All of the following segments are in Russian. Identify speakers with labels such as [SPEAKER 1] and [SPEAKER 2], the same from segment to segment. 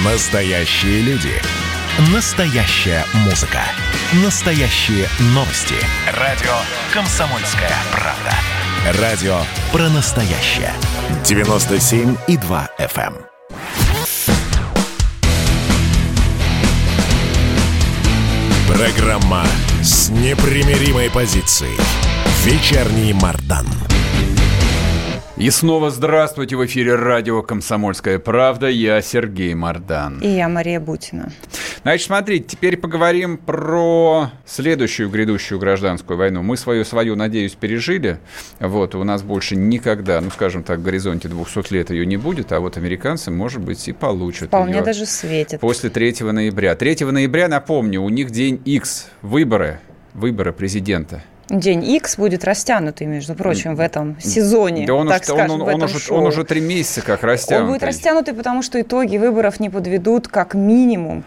[SPEAKER 1] Настоящие люди. Настоящая музыка. Настоящие новости. Радио «Комсомольская правда». Радио про настоящее. 97,2 FM. Программа с непримиримой позицией. Вечерний Мардан.
[SPEAKER 2] И снова здравствуйте, в эфире радио «Комсомольская правда». Я Сергей Мардан.
[SPEAKER 3] И я Мария Бутина.
[SPEAKER 2] Значит, смотрите, теперь поговорим про следующую грядущую гражданскую войну. Мы свою, надеюсь, пережили. Вот, у нас больше никогда, скажем так, в горизонте 200 лет ее не будет, а вот американцы, может быть, и получат
[SPEAKER 3] вполне
[SPEAKER 2] ее
[SPEAKER 3] даже светит.
[SPEAKER 2] После 3 ноября. 3 ноября, напомню, у них день X, выборы президента.
[SPEAKER 3] День X будет растянутый, между прочим, в этом сезоне.
[SPEAKER 2] Да он
[SPEAKER 3] уже
[SPEAKER 2] 3 месяца как растянутый.
[SPEAKER 3] Он будет растянутый, потому что итоги выборов не подведут как минимум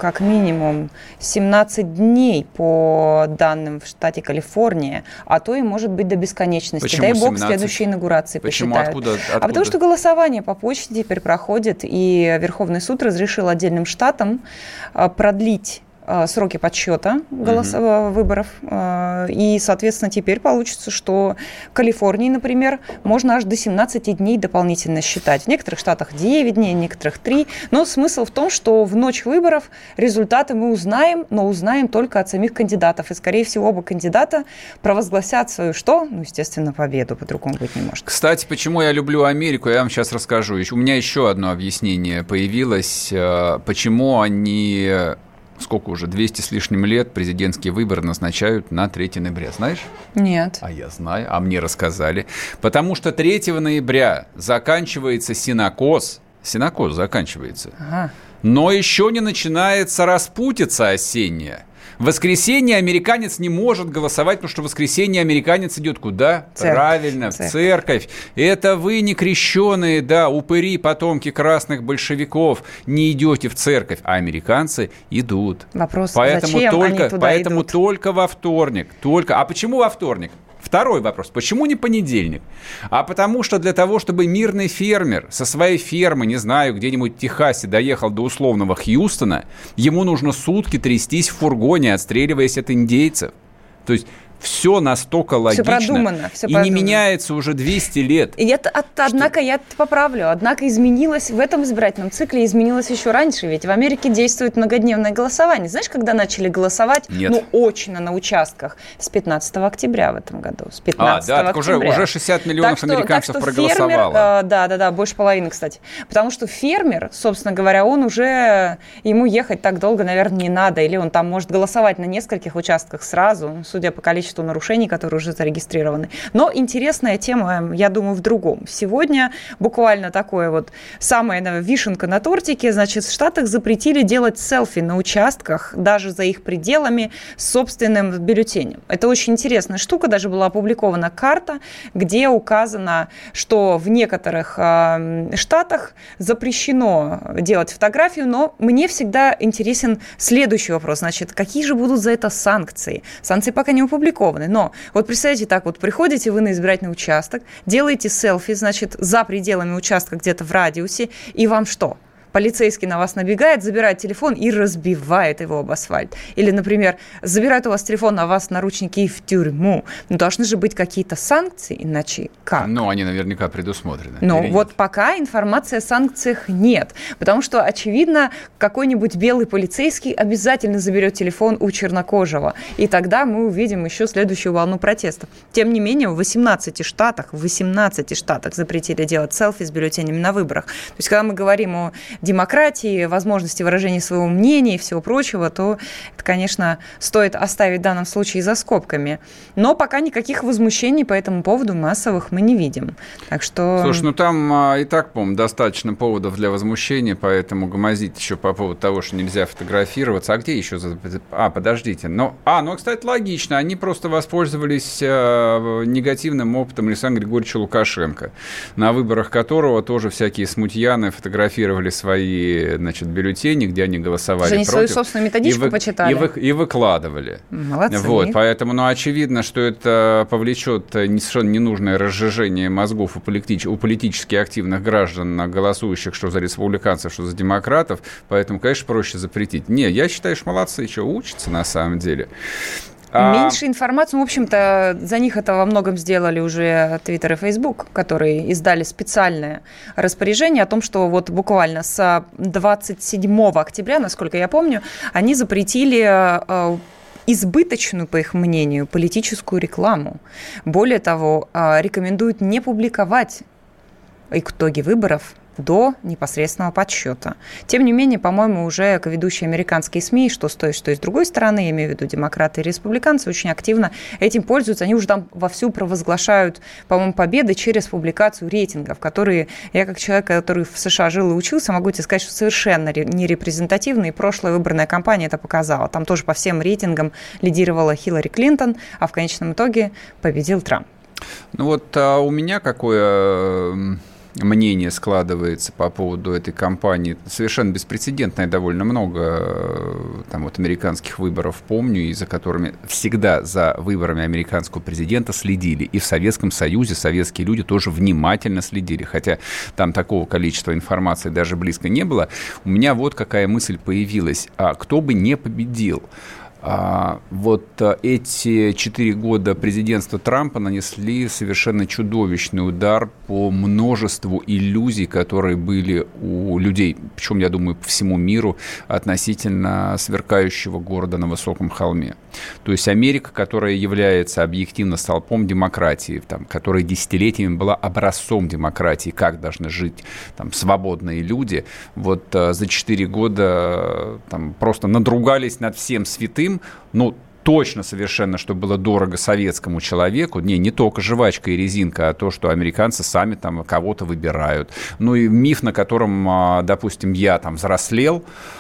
[SPEAKER 3] 17 дней по данным в штате Калифорния, а то и может быть до бесконечности.
[SPEAKER 2] Почему
[SPEAKER 3] дай бог
[SPEAKER 2] 17?
[SPEAKER 3] Следующей инаугурации посчитают.
[SPEAKER 2] Откуда?
[SPEAKER 3] А потому что голосование по почте теперь проходит, и Верховный суд разрешил отдельным штатам продлить сроки подсчета выборов. И, соответственно, теперь получится, что в Калифорнии, например, можно аж до 17 дней дополнительно считать. В некоторых штатах 9 дней, в некоторых 3. Но смысл в том, что в ночь выборов результаты мы узнаем, но узнаем только от самих кандидатов. И, скорее всего, оба кандидата провозгласят свою естественно, победу. По-другому быть не может.
[SPEAKER 2] Кстати, почему я люблю Америку, я вам сейчас расскажу. У меня еще одно объяснение появилось. Почему они... Сколько уже? 200 с лишним лет президентские выборы назначают на 3 ноября. Знаешь?
[SPEAKER 3] Нет.
[SPEAKER 2] А я знаю, а мне рассказали. Потому что 3 ноября заканчивается сенокос. Сенокос заканчивается.
[SPEAKER 3] Ага.
[SPEAKER 2] Но еще не начинается распутица осенняя. В воскресенье американец не может голосовать, потому что в воскресенье американец идет куда? Правильно, в церковь. Это вы, не крещеные, упыри, потомки красных большевиков, не идете в церковь, а американцы идут.
[SPEAKER 3] Вопрос,
[SPEAKER 2] поэтому
[SPEAKER 3] зачем они туда идут?
[SPEAKER 2] Только во вторник. А почему во вторник? Второй вопрос. Почему не понедельник? А потому что для того, чтобы мирный фермер со своей фермы, не знаю, где-нибудь в Техасе доехал до условного Хьюстона, ему нужно сутки трястись в фургоне, отстреливаясь от индейцев. То есть все настолько логично.
[SPEAKER 3] Все продумано.
[SPEAKER 2] Не меняется уже 200 лет.
[SPEAKER 3] Однако я поправлю. Однако изменилось в этом избирательном цикле, изменилось еще раньше. Ведь в Америке действует многодневное голосование. Знаешь, когда начали голосовать?
[SPEAKER 2] Нет.
[SPEAKER 3] Очно на участках. С 15 октября в этом году. С 15 октября.
[SPEAKER 2] Уже 60 миллионов американцев проголосовало.
[SPEAKER 3] Да, больше половины, кстати. Потому что фермер, собственно говоря, ему ехать так долго, наверное, не надо. Или он там может голосовать на нескольких участках сразу, судя по количеству нарушений, которые уже зарегистрированы. Но интересная тема, я думаю, в другом. Сегодня буквально такое самая вишенка на тортике. Значит, в Штатах запретили делать селфи на участках, даже за их пределами, с собственным бюллетенем. Это очень интересная штука. Даже была опубликована карта, где указано, что в некоторых штатах запрещено делать фотографию, но мне всегда интересен следующий вопрос. Значит, какие же будут за это санкции? Санкции пока не опубликованы. Но представьте так, приходите вы на избирательный участок, делаете селфи, значит, за пределами участка где-то в радиусе, и вам что? Полицейский на вас набегает, забирает телефон и разбивает его об асфальт. Или, например, забирает у вас телефон, а вас наручники и в тюрьму. Должны же быть какие-то санкции, иначе как?
[SPEAKER 2] Они наверняка предусмотрены.
[SPEAKER 3] Пока информации о санкциях нет. Потому что, очевидно, какой-нибудь белый полицейский обязательно заберет телефон у чернокожего. И тогда мы увидим еще следующую волну протестов. Тем не менее, в 18 штатах запретили делать селфи с бюллетенями на выборах. То есть, когда мы говорим о демократии, возможности выражения своего мнения и всего прочего, то это, конечно, стоит оставить в данном случае за скобками. Но пока никаких возмущений по этому поводу массовых мы не видим. Так что...
[SPEAKER 2] Слушай, там и так, по-моему, достаточно поводов для возмущения, поэтому гомозить еще по поводу того, что нельзя фотографироваться. А где еще? Подождите. Кстати, логично. Они просто воспользовались негативным опытом Александра Григорьевича Лукашенко, на выборах которого тоже всякие смутьяны фотографировали свои, бюллетени, где они голосовали
[SPEAKER 3] они
[SPEAKER 2] против.
[SPEAKER 3] свою собственную методичку почитали.
[SPEAKER 2] И выкладывали.
[SPEAKER 3] Молодцы.
[SPEAKER 2] Вот, поэтому, очевидно, что это повлечет совершенно ненужное разжижение мозгов у политически активных граждан, голосующих что за республиканцев, что за демократов. Поэтому, конечно, проще запретить. Не, я считаю, что молодцы, что учатся на самом деле.
[SPEAKER 3] Меньше информации, в общем-то, за них это во многом сделали уже Twitter и Facebook, которые издали специальное распоряжение о том, что вот буквально с 27 октября, насколько я помню, они запретили избыточную, по их мнению, политическую рекламу. Более того, рекомендуют не публиковать итоги выборов до непосредственного подсчета. Тем не менее, по-моему, уже ведущие американские СМИ, что с той, что и с другой стороны, я имею в виду демократы и республиканцы, очень активно этим пользуются. Они уже там вовсю провозглашают, по-моему, победы через публикацию рейтингов, которые я, как человек, который в США жил и учился, могу тебе сказать, что совершенно не репрезентативны, и прошлая выборная кампания это показала. Там тоже по всем рейтингам лидировала Хиллари Клинтон, а в конечном итоге победил Трамп.
[SPEAKER 2] Ну вот у меня какое мнение складывается по поводу этой кампании. Совершенно беспрецедентное, довольно много там вот американских выборов помню, и за которыми всегда за выборами американского президента следили. И в Советском Союзе советские люди тоже внимательно следили, хотя там такого количества информации даже близко не было. У меня вот какая мысль появилась. Кто бы не победил, вот эти 4 года президентства Трампа нанесли совершенно чудовищный удар по множеству иллюзий, которые были у людей, причем, я думаю, по всему миру, относительно сверкающего города на высоком холме. То есть Америка, которая является объективно столпом демократии, там, которая десятилетиями была образцом демократии, как должны жить там, свободные люди, вот за 4 года там, просто надругались над всем святым, точно совершенно, что было дорого советскому человеку, не только жвачка и резинка, а то, что американцы сами там кого-то выбирают. И миф, на котором, допустим, я там взрослел,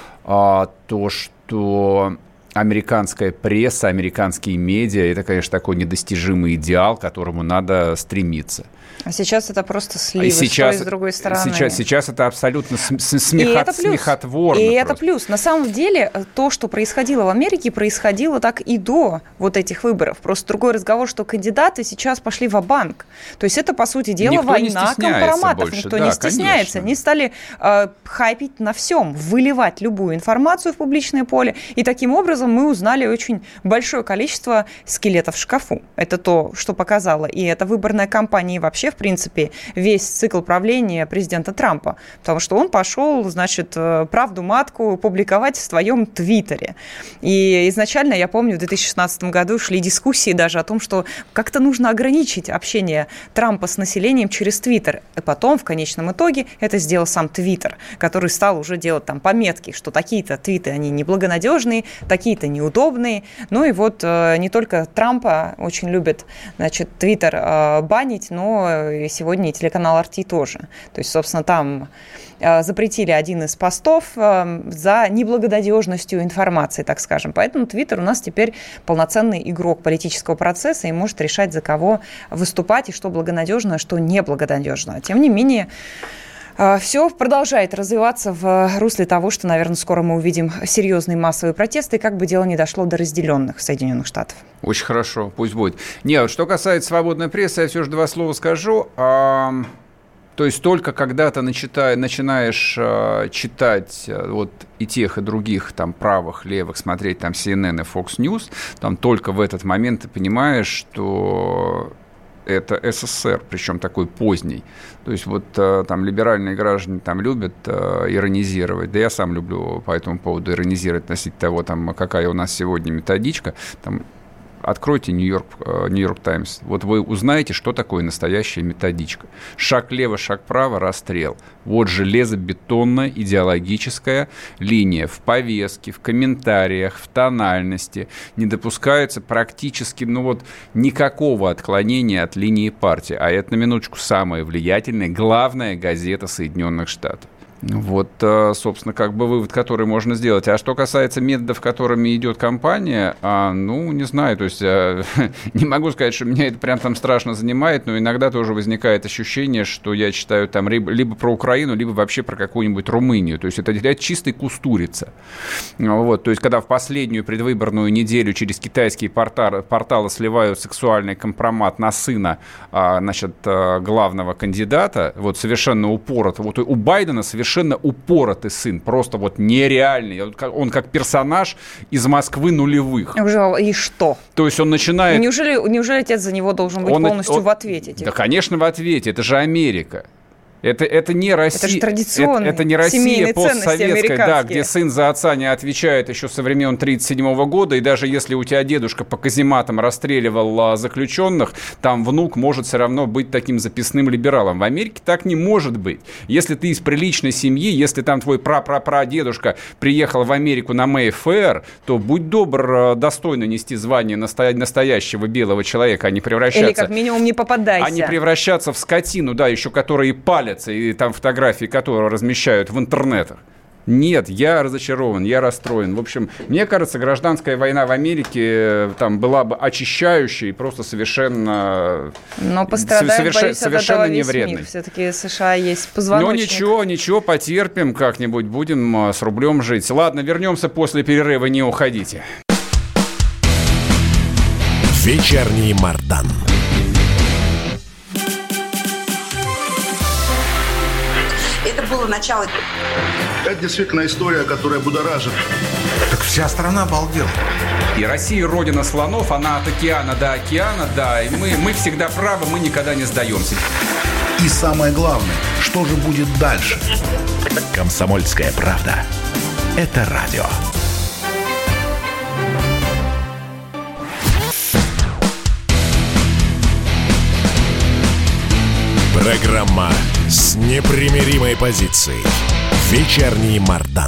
[SPEAKER 2] то, что американская пресса, американские медиа – это, конечно, такой недостижимый идеал, к которому надо стремиться.
[SPEAKER 3] А сейчас это просто сливы с той и с другой стороны.
[SPEAKER 2] Сейчас это абсолютно смехотворно.
[SPEAKER 3] И это плюс. На самом деле, то, что происходило в Америке, происходило так и до вот этих выборов. Просто другой разговор, что кандидаты сейчас пошли ва-банк. То есть это, по сути дела, война компроматов. Никто не стесняется. Конечно. Они стали хайпить на всем, выливать любую информацию в публичное поле. И таким образом мы узнали очень большое количество скелетов в шкафу. Это то, что показала и эта выборная кампания, и вообще, в принципе, весь цикл правления президента Трампа. Потому что он пошел, значит, правду матку публиковать в своем Твиттере. И изначально, я помню, в 2016 году шли дискуссии даже о том, что как-то нужно ограничить общение Трампа с населением через Твиттер. И потом, в конечном итоге, это сделал сам Твиттер, который стал уже делать там пометки, что такие-то твиты, они неблагонадежные, такие-то неудобные. И вот не только Трампа очень любят, значит, Твиттер банить, но и сегодня и телеканал RT тоже. То есть, собственно, там запретили один из постов за неблагонадежностью информации, так скажем. Поэтому Твиттер у нас теперь полноценный игрок политического процесса и может решать, за кого выступать и что благонадежно, а что неблагонадежно. Тем не менее, все продолжает развиваться в русле того, что, наверное, скоро мы увидим серьезные массовые протесты, как бы дело не дошло до разделенных Соединенных Штатов.
[SPEAKER 2] Очень хорошо, пусть будет. Что касается свободной прессы, я все же 2 слова скажу. То есть только когда ты начинаешь читать вот и тех, и других, там, правых, левых, смотреть там CNN и Fox News, там только в этот момент ты понимаешь, что это СССР, причем такой поздний. То есть вот там либеральные граждане там любят иронизировать, да я сам люблю по этому поводу иронизировать относительно того, там, какая у нас сегодня методичка, там, откройте Нью-Йорк Таймс. Вот вы узнаете, что такое настоящая методичка. Шаг лево, шаг право, расстрел. Вот железобетонная идеологическая линия в повестке, в комментариях, в тональности. Не допускается практически, никакого отклонения от линии партии. А это, на минуточку, самая влиятельная, главная газета Соединенных Штатов. Вот, собственно, как бы вывод, который можно сделать. А что касается методов, которыми идет кампания, не знаю, то есть не могу сказать, что меня это прям там страшно занимает, но иногда тоже возникает ощущение, что я читаю там либо про Украину, либо вообще про какую-нибудь Румынию. То есть это чистый Кустурица. Вот, то есть когда в последнюю предвыборную неделю через китайские порталы сливают сексуальный компромат на сына, главного кандидата, вот совершенно упорото. Вот у Байдена совершенно упоротый сын, просто вот нереальный. Он как персонаж из Москвы нулевых.
[SPEAKER 3] И что?
[SPEAKER 2] То есть он начинает...
[SPEAKER 3] Неужели отец за него должен быть полностью в ответе?
[SPEAKER 2] Да, конечно, в ответе. Это же Америка. Это не Россия.
[SPEAKER 3] Это же традиционные
[SPEAKER 2] это не Россия постсоветская, да, где сын за отца не отвечает еще со времен 1937 года, и даже если у тебя дедушка по казематам расстреливал заключенных, там внук может все равно быть таким записным либералом. В Америке так не может быть. Если ты из приличной семьи, если там твой прапрапрадедушка приехал в Америку на Мэйфэр, то будь добр достойно нести звание настоящего белого человека, а не превращаться...
[SPEAKER 3] Или как минимум не попадайся.
[SPEAKER 2] А не превращаться в скотину, да, еще которые палят, и там фотографии, которые размещают в интернетах. Нет, я разочарован, я расстроен. В общем, мне кажется, гражданская война в Америке там была бы очищающей и просто совершенно...
[SPEAKER 3] Но пострадает, боюсь,
[SPEAKER 2] совершенно невредной.
[SPEAKER 3] Все-таки США есть позвоночник.
[SPEAKER 2] Ну ничего, потерпим как-нибудь, будем с рублем жить. Ладно, вернемся после перерыва, не уходите.
[SPEAKER 1] Вечерний Мардан.
[SPEAKER 4] Это было начало.
[SPEAKER 5] Это действительно история, которая будоражит.
[SPEAKER 6] Так вся страна обалдела.
[SPEAKER 2] И Россия родина слонов, она от океана до океана, да. И мы всегда правы, мы никогда не сдаемся.
[SPEAKER 6] И самое главное, что же будет дальше?
[SPEAKER 1] «Комсомольская правда». Это радио. Программа с непримиримой позицией. Вечерний Мардан.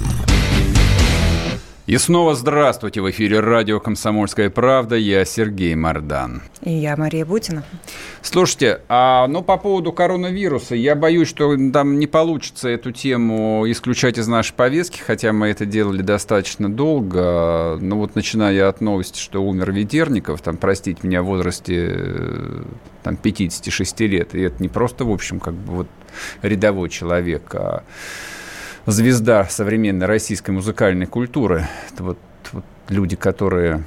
[SPEAKER 2] И снова здравствуйте. В эфире радио «Комсомольская правда». Я Сергей Мардан.
[SPEAKER 3] И я Мария Бутина.
[SPEAKER 2] Слушайте, по поводу коронавируса, я боюсь, что там не получится эту тему исключать из нашей повестки, хотя мы это делали достаточно долго. Но вот начиная от новости, что умер Ведерников, там, простите меня, в возрасте там, 56 лет, и это не просто, в общем, как бы вот рядовой человек, а звезда современной российской музыкальной культуры. Это вот люди, которые...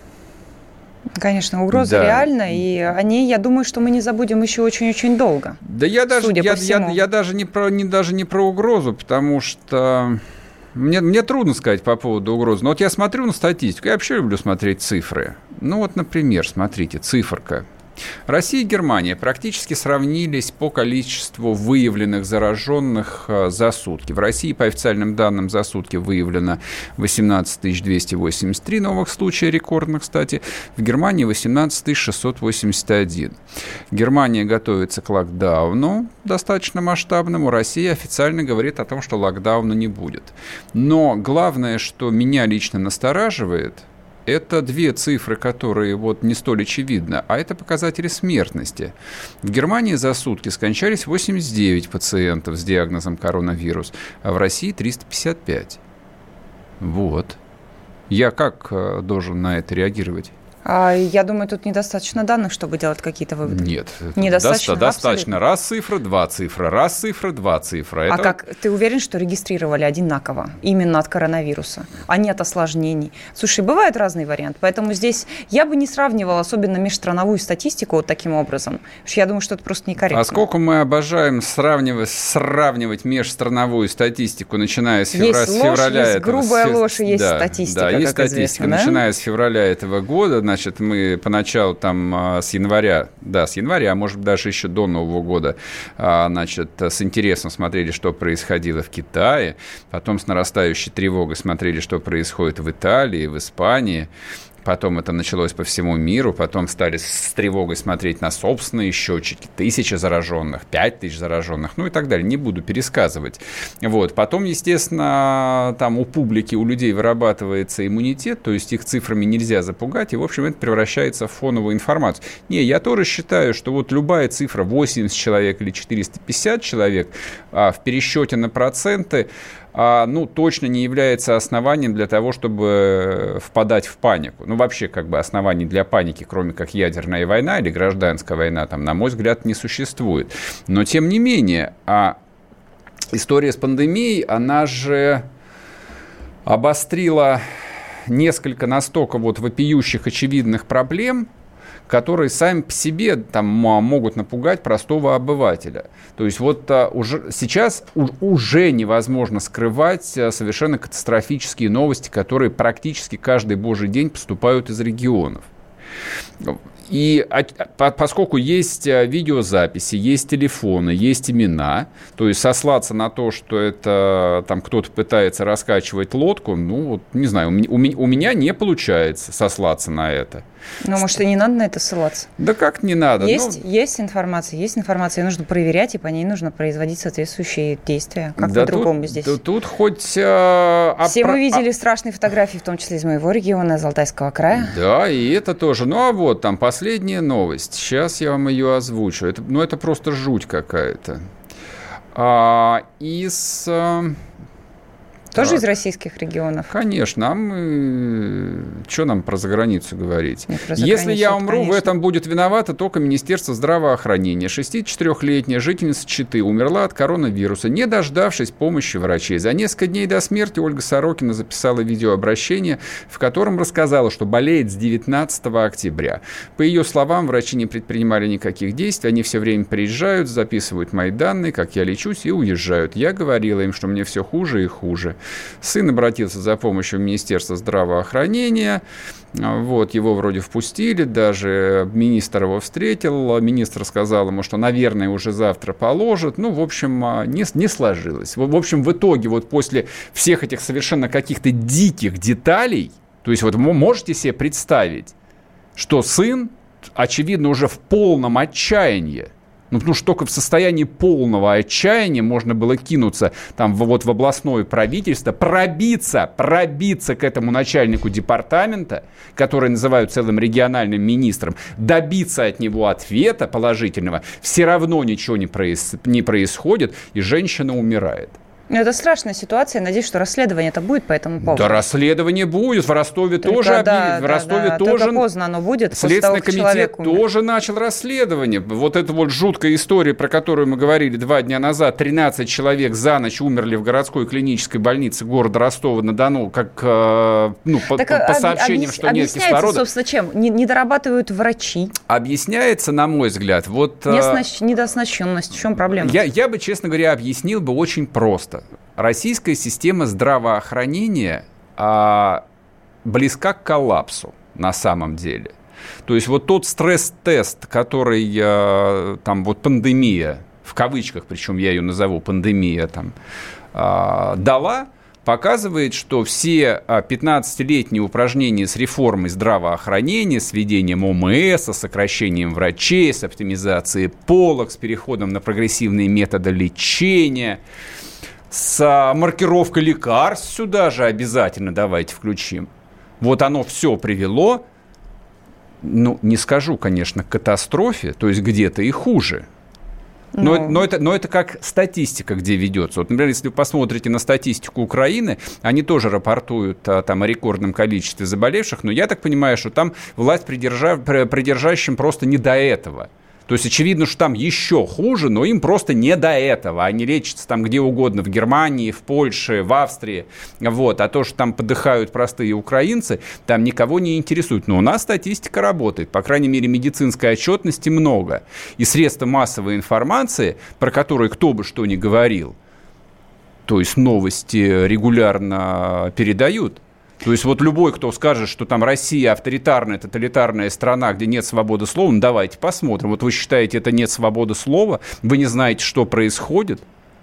[SPEAKER 3] Конечно, угроза реальна, и о ней, я думаю, что мы не забудем еще очень-очень долго.
[SPEAKER 2] Да я даже не про угрозу, потому что мне трудно сказать по поводу угрозы. Но вот я смотрю на статистику, я вообще люблю смотреть цифры. Ну вот, например, смотрите, циферка. Россия и Германия практически сравнились по количеству выявленных зараженных за сутки. В России, по официальным данным, за сутки выявлено 18 283 новых случая, рекордных, кстати. В Германии 18 681. Германия готовится к локдауну достаточно масштабному. Россия официально говорит о том, что локдауна не будет. Но главное, что меня лично настораживает, это две цифры, которые вот не столь очевидны, а это показатели смертности. В Германии за сутки скончались 89 пациентов с диагнозом коронавирус, а в России 355. Вот. Я как должен на это реагировать?
[SPEAKER 3] Я думаю, тут недостаточно данных, чтобы делать какие-то выводы.
[SPEAKER 2] Нет.
[SPEAKER 3] Недостаточно.
[SPEAKER 2] Достаточно. Раз цифра, два цифра. Раз цифра, два цифра.
[SPEAKER 3] Как ты уверен, что регистрировали одинаково именно от коронавируса, а не от осложнений? Слушай, бывают разные варианты, поэтому здесь я бы не сравнивала особенно межстрановую статистику вот таким образом, потому что я думаю, что это просто некорректно.
[SPEAKER 2] А сколько мы обожаем сравнивать межстрановую статистику, начиная с февраля.
[SPEAKER 3] Есть грубая ложь, есть статистика,
[SPEAKER 2] да, есть статистика.
[SPEAKER 3] Известно, да?
[SPEAKER 2] Начиная с февраля этого года, значит, мы поначалу там с января, а может быть даже еще до Нового года, значит, с интересом смотрели, что происходило в Китае, потом с нарастающей тревогой смотрели, что происходит в Италии, в Испании. Потом это началось по всему миру, потом стали с тревогой смотреть на собственные счетчики. 1000 зараженных, 5000 зараженных, ну и так далее. Не буду пересказывать. Вот. Потом, естественно, там у публики, у людей вырабатывается иммунитет, то есть их цифрами нельзя запугать, и, в общем, это превращается в фоновую информацию. Не, я тоже считаю, что вот любая цифра 80 человек или 450 человек в пересчете на проценты, ну, точно не является основанием для того, чтобы впадать в панику. Ну, вообще, как бы оснований для паники, кроме как ядерная война или гражданская война, там, на мой взгляд, не существует. Но, тем не менее, история с пандемией, она же обострила несколько настолько вот вопиющих очевидных проблем, которые сами по себе там могут напугать простого обывателя. То есть вот сейчас уже невозможно скрывать совершенно катастрофические новости, которые практически каждый божий день поступают из регионов. И поскольку есть видеозаписи, есть телефоны, есть имена, то есть сослаться на то, что это там кто-то пытается раскачивать лодку, ну, вот, не знаю, у меня не получается сослаться на это.
[SPEAKER 3] Ну, может, и не надо на это ссылаться?
[SPEAKER 2] Да как не надо?
[SPEAKER 3] Есть информация, ее нужно проверять, и по ней нужно производить соответствующие действия. Как
[SPEAKER 2] да
[SPEAKER 3] по-другому здесь?
[SPEAKER 2] Тут хоть...
[SPEAKER 3] Все мы видели страшные фотографии, в том числе из моего региона, из Алтайского края.
[SPEAKER 2] Да, и это тоже. Ну, а вот там последняя новость. Сейчас я вам ее озвучу. Это просто жуть какая-то.
[SPEAKER 3] Тоже из российских регионов?
[SPEAKER 2] Конечно. Что нам про заграницу говорить? Если я умру, конечно, в этом будет виновато только Министерство здравоохранения. 64-летняя жительница Читы умерла от коронавируса, не дождавшись помощи врачей. За несколько дней до смерти Ольга Сорокина записала видеообращение, в котором рассказала, что болеет с 19 октября. По ее словам, врачи не предпринимали никаких действий, они все время приезжают, записывают мои данные, как я лечусь, и уезжают. Я говорила им, что мне все хуже и хуже. Сын обратился за помощью в Министерство здравоохранения. Вот, его вроде впустили, даже министр его встретил. Министр сказал ему, что, наверное, уже завтра положат. Ну, в общем, не сложилось. В общем, в итоге, вот после всех этих совершенно каких-то диких деталей, то есть вот вы можете себе представить, что сын, очевидно, уже в полном отчаянии, ну, потому что только в состоянии полного отчаяния можно было кинуться там вот в областное правительство, пробиться к этому начальнику департамента, который называют целым региональным министром, добиться от него ответа положительного. Все равно ничего не происходит, и женщина умирает.
[SPEAKER 3] Это страшная ситуация. Надеюсь, что расследование-то будет по этому поводу.
[SPEAKER 2] Да, расследование будет. В Ростове тоже. В Ростове тоже.
[SPEAKER 3] Только поздно оно будет.
[SPEAKER 2] Следственный комитет тоже начал расследование. Вот эта вот жуткая история, про которую мы говорили 2 дня назад. 13 человек за ночь умерли в городской клинической больнице города Ростова-на-Дону, как по сообщениям, что нет кислорода.
[SPEAKER 3] Объясняется, собственно, чем? Не дорабатывают врачи.
[SPEAKER 2] Объясняется, на мой взгляд, вот...
[SPEAKER 3] Недооснащенность. В чем проблема?
[SPEAKER 2] Я бы, честно говоря, объяснил бы очень просто. Российская система здравоохранения близка к коллапсу на самом деле. То есть вот тот стресс-тест, который там вот пандемия, в кавычках, причем я ее назову пандемия, там, дала, показывает, что все 15-летние упражнения с реформой здравоохранения, с введением ОМС, с сокращением врачей, с оптимизацией полок, с переходом на прогрессивные методы лечения, с маркировкой лекарств сюда же обязательно давайте включим. Вот оно все привело, ну, не скажу, конечно, к катастрофе, то есть где-то и хуже. Но это как статистика, где ведется. Вот, например, если вы посмотрите на статистику Украины, они тоже рапортуют там о рекордном количестве заболевших, но я так понимаю, что там власть придержащим просто не до этого. То есть очевидно, что там еще хуже, но им просто не до этого. Они лечатся там где угодно, в Германии, в Польше, в Австрии. Вот. А то, что там подыхают простые украинцы, там никого не интересует. Но у нас статистика работает. По крайней мере, медицинской отчетности много. И средства массовой информации, про которые кто бы что ни говорил, то есть новости регулярно передают. То есть вот любой, кто скажет, что там Россия авторитарная, тоталитарная страна, где нет свободы слова, ну давайте посмотрим. Вот вы считаете, это нет свободы слова? Вы не знаете, что происходит?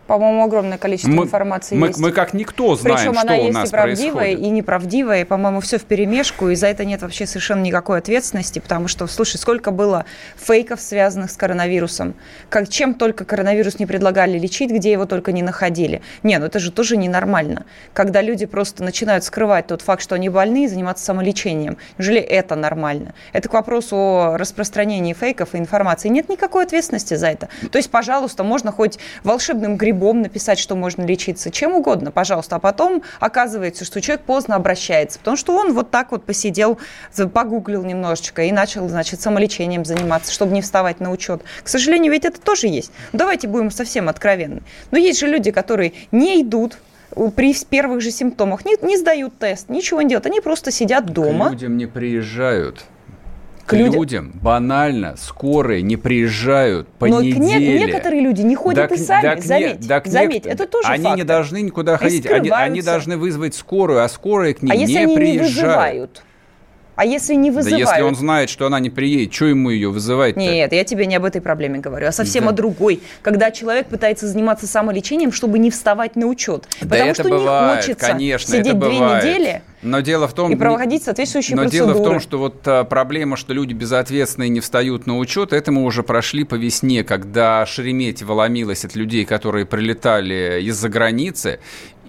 [SPEAKER 3] По-моему, огромное количество информации есть.
[SPEAKER 2] Мы как никто знаем,
[SPEAKER 3] причем
[SPEAKER 2] что
[SPEAKER 3] она
[SPEAKER 2] у нас
[SPEAKER 3] есть и правдивая,
[SPEAKER 2] происходит.
[SPEAKER 3] и неправдивая, и, по-моему, все вперемешку, и за это нет вообще совершенно никакой ответственности, потому что, слушай, сколько было фейков, связанных с коронавирусом, чем только коронавирус не предлагали лечить, где его только не находили. Не, ну это же тоже ненормально, когда люди просто начинают скрывать тот факт, что они больны, и заниматься самолечением. Неужели это нормально? Это к вопросу о распространении фейков и информации. Нет никакой ответственности за это. То есть, пожалуйста, можно хоть волшебным грибом написать, что можно лечиться, чем угодно, пожалуйста. А потом оказывается, что человек поздно обращается, потому что он вот так вот посидел, погуглил немножечко и начал, значит, самолечением заниматься, чтобы не вставать на учет. К сожалению, ведь это тоже есть. Давайте будем совсем откровенны. Но есть же люди, которые не идут при первых же симптомах, не сдают тест, ничего не делают. Они просто сидят дома.
[SPEAKER 2] К людям не приезжают. К людям банально скорые не приезжают по неделе.
[SPEAKER 3] Но некоторые люди не ходят и сами, заметь, это тоже факт.
[SPEAKER 2] Они не должны никуда ходить, они должны вызвать скорую, а скорая к ним не приезжает.
[SPEAKER 3] А если они не вызывают? А если не вызывают?
[SPEAKER 2] Да если он знает, что она не приедет, что ему ее вызывать-то?
[SPEAKER 3] Нет, я тебе не об этой проблеме говорю, а совсем о другой. Когда человек пытается заниматься самолечением, чтобы не вставать на учет. Потому что
[SPEAKER 2] бывает,
[SPEAKER 3] не хочется
[SPEAKER 2] конечно,
[SPEAKER 3] сидеть 2 недели
[SPEAKER 2] но дело в том,
[SPEAKER 3] и проводить соответствующие процедуры.
[SPEAKER 2] Но дело в том, что вот проблема, что люди безответственные не встают на учет, это мы уже прошли по весне, когда Шереметьево ломилась от людей, которые прилетали из-за границы.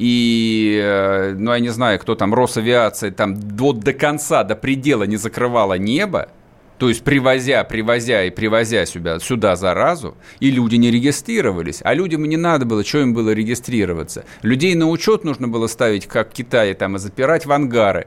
[SPEAKER 2] И, ну, я не знаю, кто там, Росавиация, там вот до конца, до предела не закрывала небо, то есть привозя сюда заразу, и люди не регистрировались. А людям не надо было, что им было регистрироваться. Людей на учет нужно было ставить, как в Китае, там, и запирать в ангары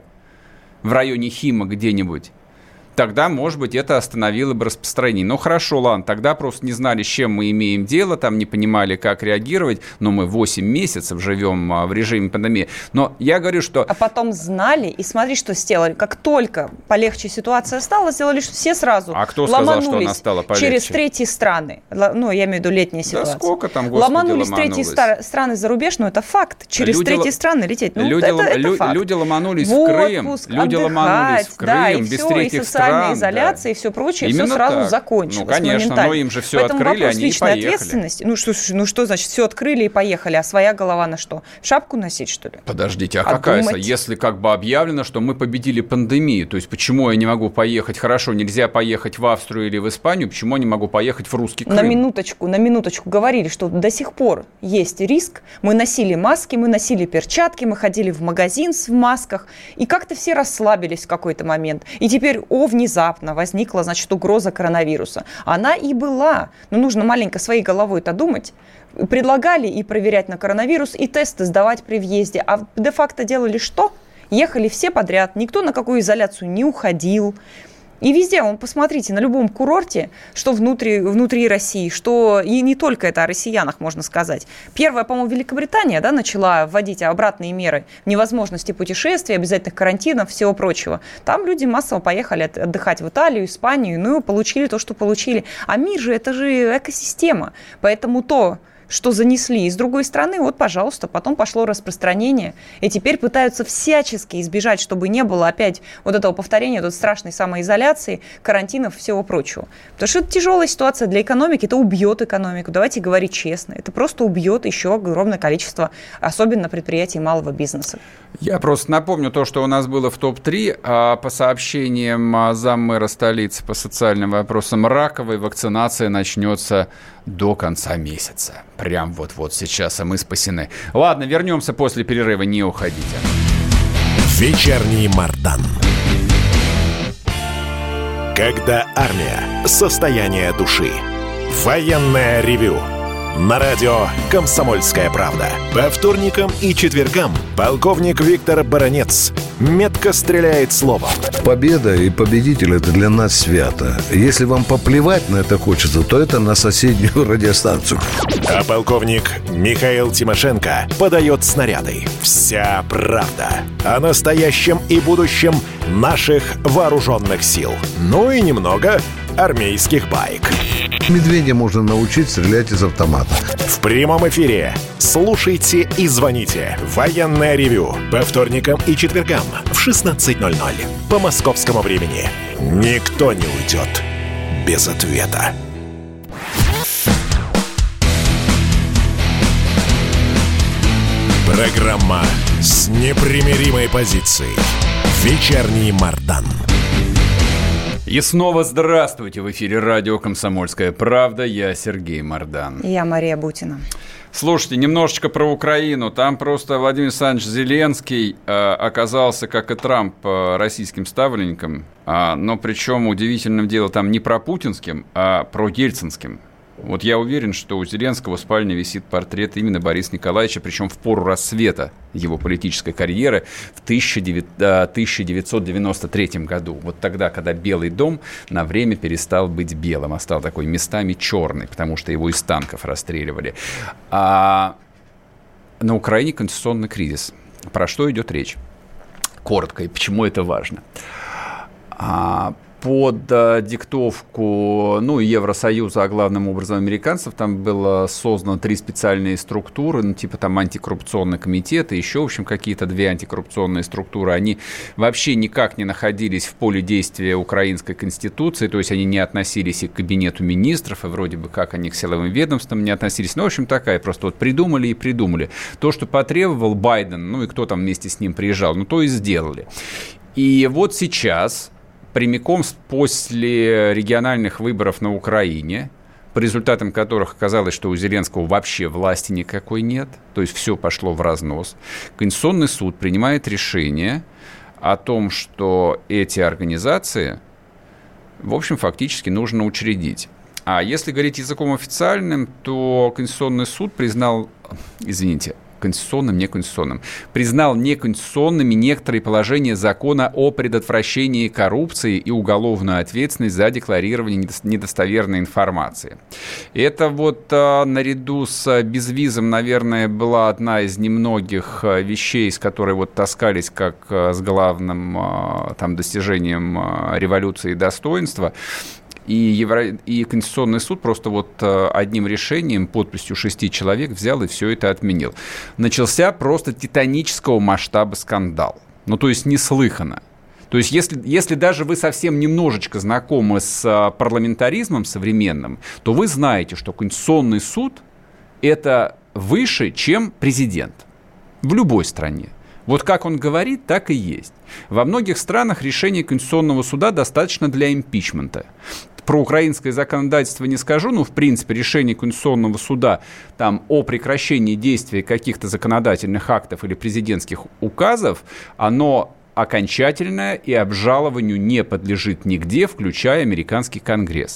[SPEAKER 2] в районе Хима где-нибудь. Тогда, может быть, это остановило бы распространение. Ну, хорошо, ладно, тогда просто не знали, с чем мы имеем дело, там не понимали, как реагировать, но мы 8 месяцев живем в режиме пандемии. Но я говорю, что...
[SPEAKER 3] А потом знали, и смотри, что сделали. Как только полегче ситуация стала, сделали, что все сразу
[SPEAKER 2] А кто сказал, что она стала полегче?
[SPEAKER 3] Через третьи страны. Ну, я имею в виду летняя ситуация.
[SPEAKER 2] Да сколько там, господи,
[SPEAKER 3] ломанулись третьи страны за рубеж, ну, это факт. Через третьи страны лететь, ну, это факт.
[SPEAKER 2] Люди ломанулись в Крым. Люди ломанулись в Крым без третьих стран.
[SPEAKER 3] Изоляция и все прочее, именно все сразу так закончилось.
[SPEAKER 2] Ну, конечно, но им же все
[SPEAKER 3] поэтому
[SPEAKER 2] открыли, они и поехали.
[SPEAKER 3] Ответственности. Ну, что значит, все открыли и поехали, а своя голова на что? Шапку носить, что ли?
[SPEAKER 2] Подождите, а какая? Если как бы объявлено, что мы победили пандемию, то есть почему я не могу поехать, хорошо, нельзя поехать в Австрию или в Испанию, почему я не могу поехать в русский Крым?
[SPEAKER 3] На минуточку говорили, что до сих пор есть риск. Мы носили маски, мы носили перчатки, мы ходили в магазин в масках, и как-то все расслабились в какой-то момент. И теперь, внезапно возникла, значит, угроза коронавируса. Она и была. Но нужно маленько своей головой-то думать. Предлагали и проверять на коронавирус, и тесты сдавать при въезде. А де-факто делали что? Ехали все подряд. Никто на какую изоляцию не уходил. И везде, посмотрите, на любом курорте, что внутри России, что и не только это о россиянах, можно сказать. Первая, по-моему, Великобритания, начала вводить обратные меры невозможности путешествий, обязательных карантинов, всего прочего. Там люди массово поехали отдыхать в Италию, Испанию, получили то, что получили. А мир же, это же экосистема. Поэтому то, что занесли из другой страны, пожалуйста, потом пошло распространение. И теперь пытаются всячески избежать, чтобы не было опять этого повторения, этой страшной самоизоляции, карантинов, всего прочего. Потому что это тяжелая ситуация для экономики, это убьет экономику. Давайте говорить честно. Это просто убьет еще огромное количество, особенно предприятий малого бизнеса.
[SPEAKER 2] Я просто напомню то, что у нас было в топ-3. А по сообщениям заммэра столицы по социальным вопросам раковой, вакцинация начнется до конца месяца. Прям вот сейчас, а мы спасены. Ладно, вернемся после перерыва, не уходите.
[SPEAKER 1] Вечерний Мардан. Когда армия. Состояние души. Военное ревю. На радио «Комсомольская правда». По вторникам и четвергам полковник Виктор Баранец метко стреляет словом.
[SPEAKER 6] Победа и победитель – это для нас свято. Если вам поплевать на это хочется, то это на соседнюю радиостанцию.
[SPEAKER 1] А полковник Михаил Тимошенко подает снаряды. Вся правда о настоящем и будущем наших вооруженных сил. Ну и немного армейских баек.
[SPEAKER 6] Медведя можно научить стрелять из автомата.
[SPEAKER 1] В прямом эфире слушайте и звоните. Военное ревю по вторникам и четвергам в 16:00 по московскому времени. Никто не уйдет без ответа. Программа с непримиримой позицией. Вечерний Мардан.
[SPEAKER 2] И снова здравствуйте. В эфире радио «Комсомольская правда». Я Сергей Мардан.
[SPEAKER 3] И я Мария Бутина.
[SPEAKER 2] Слушайте, немножечко про Украину. Там просто Владимир Александрович Зеленский оказался, как и Трамп, российским ставленником. Но причем удивительным дело там не про путинским, а про ельцинским. Вот я уверен, что у Зеленского в спальне висит портрет именно Бориса Николаевича, причем в пору рассвета его политической карьеры в 1993 году. Вот тогда, когда Белый дом на время перестал быть белым, а стал такой местами черный, потому что его из танков расстреливали. А на Украине конституционный кризис. Про что идет речь? Коротко, и почему это важно. Под диктовку Евросоюза, а главным образом американцев, там было создано 3 специальные структуры, типа там антикоррупционный комитет и еще, в общем, какие-то 2 антикоррупционные структуры. Они вообще никак не находились в поле действия украинской конституции, то есть они не относились и к кабинету министров, и вроде бы как они к силовым ведомствам не относились. В общем, такая просто вот придумали и придумали. То, что потребовал Байден, и кто там вместе с ним приезжал, то и сделали. И вот сейчас... Прямиком после региональных выборов на Украине, по результатам которых оказалось, что у Зеленского вообще власти никакой нет, то есть все пошло в разнос, Конституционный суд принимает решение о том, что эти организации, в общем, фактически нужно учредить. А если говорить языком официальным, то Конституционный суд признал, конституционным, неконституционным, признал неконституционными некоторые положения закона о предотвращении коррупции и уголовную ответственность за декларирование недостоверной информации. Это вот наряду с безвизом, наверное, была одна из немногих вещей, с которой вот таскались как с главным достижением революции и достоинства. И Конституционный суд просто вот одним решением, подписью 6 человек взял и все это отменил. Начался просто титанического масштаба скандал. То есть неслыханно. То есть если даже вы совсем немножечко знакомы с парламентаризмом современным, то вы знаете, что Конституционный суд – это выше, чем президент в любой стране. Вот как он говорит, так и есть. Во многих странах решение Конституционного суда достаточно для импичмента. Про украинское законодательство не скажу, но, в принципе, решение Конституционного суда там, о прекращении действия каких-то законодательных актов или президентских указов, оно окончательное и обжалованию не подлежит нигде, включая американский Конгресс.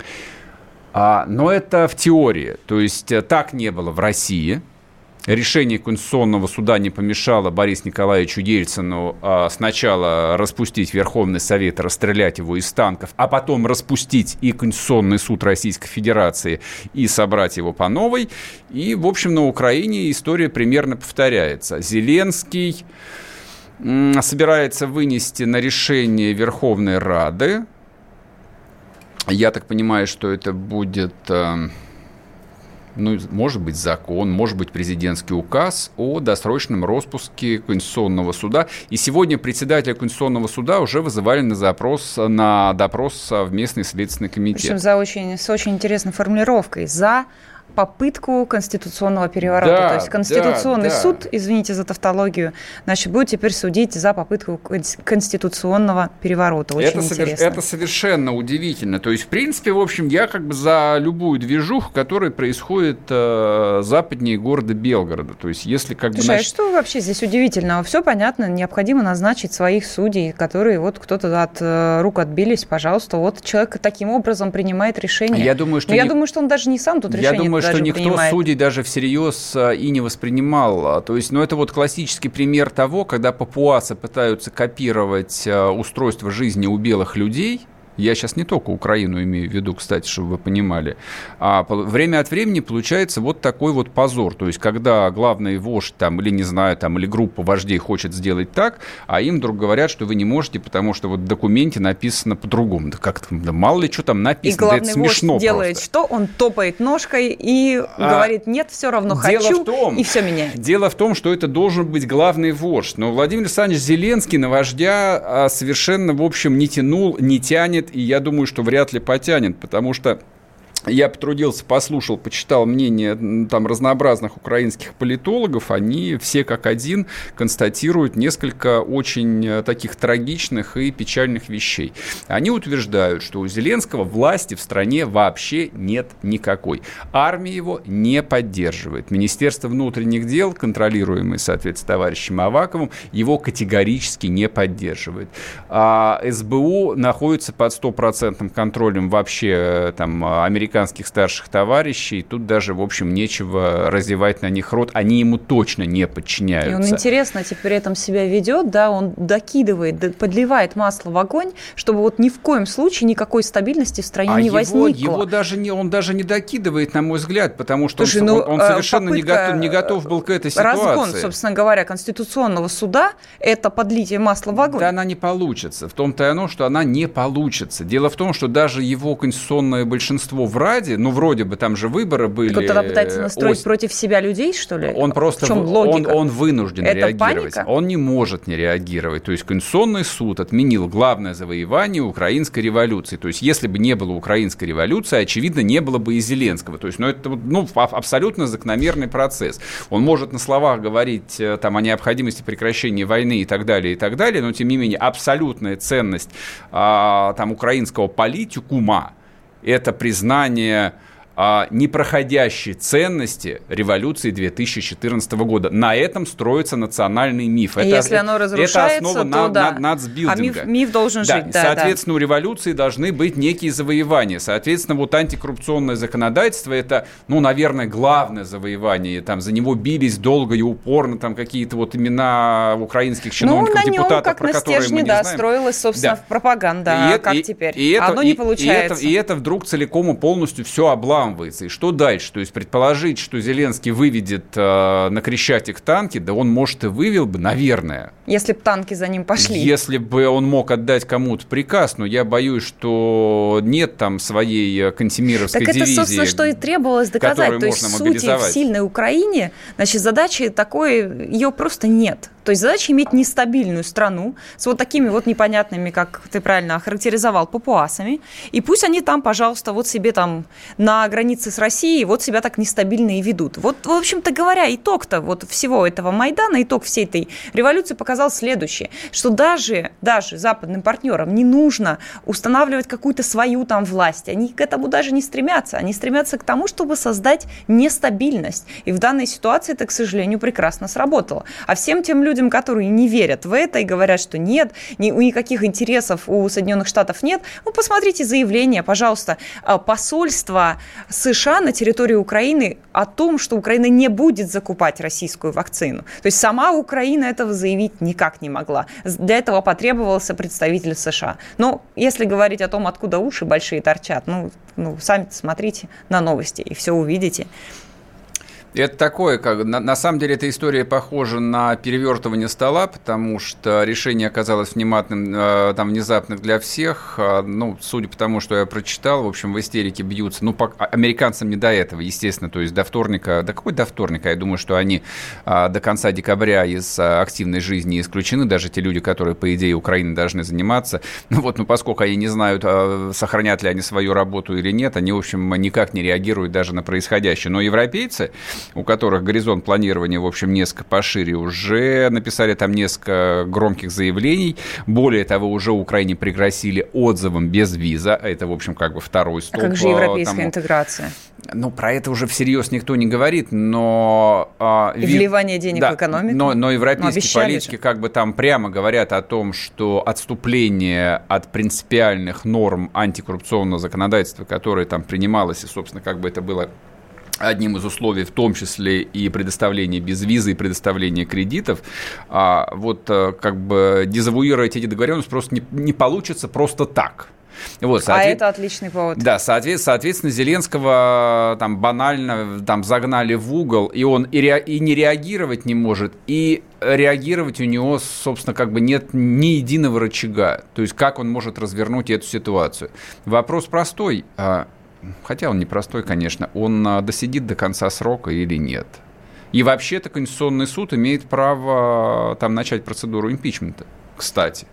[SPEAKER 2] Но это в теории. То есть так не было в России. Решение Конституционного суда не помешало Борису Николаевичу Ельцину сначала распустить Верховный Совет, расстрелять его из танков, а потом распустить и Конституционный суд Российской Федерации и собрать его по новой. И, в общем, на Украине история примерно повторяется. Зеленский собирается вынести на решение Верховной Рады. Я так понимаю, что это будет... может быть, закон, может быть, президентский указ о досрочном распуске Конституционного суда. И сегодня председателя Конституционного суда уже вызывали на допрос в местный следственный комитет. Причем
[SPEAKER 3] с очень интересной формулировкой. За попытку конституционного переворота.
[SPEAKER 2] Да,
[SPEAKER 3] то есть Конституционный суд, извините за тавтологию, будет теперь судить за попытку конституционного переворота. Очень интересно.
[SPEAKER 2] Это совершенно удивительно. То есть, в принципе, в общем, я за любую движуху, которая происходит западнее города Белгорода. То есть, если
[SPEAKER 3] Слушай, что вообще здесь удивительного? Все понятно, необходимо назначить своих судей, которые кто-то от рук отбились, пожалуйста. Вот человек таким образом принимает решение.
[SPEAKER 2] Я думаю, что
[SPEAKER 3] он даже не сам тут решение принимает.
[SPEAKER 2] Что никто судей даже всерьез и не воспринимал. То есть, это вот классический пример того, когда папуасы пытаются копировать устройство жизни у белых людей. Я сейчас не только Украину имею в виду, кстати, чтобы вы понимали. А время от времени получается вот такой вот позор. То есть, когда главный вождь или группа вождей хочет сделать так, а им вдруг говорят, что вы не можете, потому что вот в документе написано по-другому. Мало ли что там написано.
[SPEAKER 3] И главный вождь делает просто. Что? Он топает ножкой и говорит, нет, все равно хочу, и все меняет.
[SPEAKER 2] Дело в том, что это должен быть главный вождь. Но Владимир Александрович Зеленский на вождя совершенно, в общем, не тянул, не тянет, и я думаю, что вряд ли потянет, потому что Я потрудился, послушал, почитал мнение там разнообразных украинских политологов. Они все как один констатируют несколько очень таких трагичных и печальных вещей. Они утверждают, что у Зеленского власти в стране вообще нет никакой. Армия его не поддерживает. Министерство внутренних дел, контролируемое, соответственно, товарищем Аваковым, его категорически не поддерживает. А СБУ находится под стопроцентным контролем вообще там американских старших товарищей, тут даже, в общем, нечего разевать на них рот, они ему точно не подчиняются.
[SPEAKER 3] И он интересно при этом себя ведет, да, он докидывает, подливает масло в огонь, чтобы вот ни в коем случае никакой стабильности в стране не возникло.
[SPEAKER 2] Он даже не докидывает, на мой взгляд, потому что он совершенно не готов был к этой ситуации.
[SPEAKER 3] Разгон, собственно говоря, Конституционного суда – это подлитие масла в огонь.
[SPEAKER 2] Да, она не получится. В том-то и оно, что она не получится. Дело в том, что даже его конституционное большинство в Раде, вроде бы там же выборы были.
[SPEAKER 3] Так он тогда пытается настроить против себя людей, что ли?
[SPEAKER 2] Он просто,
[SPEAKER 3] в чем логика?
[SPEAKER 2] Он вынужден
[SPEAKER 3] это
[SPEAKER 2] реагировать.
[SPEAKER 3] Паника?
[SPEAKER 2] Он не может не реагировать. То есть Конституционный суд отменил главное завоевание украинской революции. То есть если бы не было украинской революции, очевидно, не было бы и Зеленского. То есть, это абсолютно закономерный процесс. Он может на словах говорить там, о необходимости прекращения войны и так далее, но тем не менее абсолютная ценность там, украинского политикума – это признание непроходящей ценности революции 2014 года. На этом строится национальный миф.
[SPEAKER 3] Если оно разрушается,
[SPEAKER 2] это основа
[SPEAKER 3] то да.
[SPEAKER 2] нацбилдинга.
[SPEAKER 3] А миф должен жить. Да,
[SPEAKER 2] соответственно, у революции должны быть некие завоевания. Соответственно, вот антикоррупционное законодательство – это, наверное, главное завоевание. Там за него бились долго и упорно там какие-то вот имена украинских чиновников, депутатов, про которые мы не знаем.
[SPEAKER 3] Строилась, собственно, пропаганда. Как теперь? Оно не получается.
[SPEAKER 2] И это вдруг целиком и полностью все обламывается. И что дальше? То есть предположить, что Зеленский выведет на Крещатик танки, да он, может, и вывел бы, наверное.
[SPEAKER 3] Если бы танки за ним пошли.
[SPEAKER 2] Если бы он мог отдать кому-то приказ, но я боюсь, что нет там своей кантемировской дивизии.
[SPEAKER 3] Так это, собственно, что и требовалось доказать. То есть сути в сильной Украине, значит, задачи такой, ее просто нет. То есть задача иметь нестабильную страну с вот такими вот непонятными, как ты правильно охарактеризовал, папуасами. И пусть они там, пожалуйста, вот себе там на границе с Россией вот себя так нестабильно и ведут. Вот, в общем-то говоря, итог-то вот всего этого Майдана, итог всей этой революции показал следующее, что даже западным партнерам не нужно устанавливать какую-то свою там власть. Они к этому даже не стремятся. Они стремятся к тому, чтобы создать нестабильность. И в данной ситуации это, к сожалению, прекрасно сработало. А всем тем людям, которые не верят в это и говорят, что нет, никаких интересов у Соединенных Штатов нет, посмотрите заявление, пожалуйста, посольства США на территории Украины о том, что Украина не будет закупать российскую вакцину. То есть сама Украина этого заявить никак не могла. Для этого потребовался представитель США. Но если говорить о том, откуда уши большие торчат, сами смотрите на новости и все увидите.
[SPEAKER 2] Это такое, на самом деле, эта история похожа на перевертывание стола, потому что решение оказалось внезапным для всех. Судя по тому, что я прочитал, в общем, в истерике бьются. Американцам не до этого, естественно, то есть до вторника. Да какой до вторника? Я думаю, что они до конца декабря из активной жизни исключены, даже те люди, которые, по идее, Украиной должны заниматься. Поскольку они не знают, сохранят ли они свою работу или нет, они, в общем, никак не реагируют даже на происходящее. Но европейцы, у которых горизонт планирования, в общем, несколько пошире, уже написали там несколько громких заявлений. Более того, уже Украине пригрозили отзывом без виза. Это, в общем, второй столб.
[SPEAKER 3] А как же европейская интеграция?
[SPEAKER 2] Про это уже всерьез никто не говорит, но...
[SPEAKER 3] И вливание денег в экономику?
[SPEAKER 2] Но европейские политики там прямо говорят о том, что отступление от принципиальных норм антикоррупционного законодательства, которое там принималось, и, собственно, это было одним из условий, в том числе и предоставление безвизы, и предоставление кредитов, дезавуировать эти договоренности просто не получится просто так.
[SPEAKER 3] Это отличный повод.
[SPEAKER 2] Да, соответственно, Зеленского банально загнали в угол, и он и не реагировать не может, и реагировать у него, собственно, нет ни единого рычага. То есть, как он может развернуть эту ситуацию? Вопрос простой. Хотя он непростой, конечно, он досидит до конца срока или нет. И вообще-то Конституционный суд имеет право начать процедуру импичмента, кстати.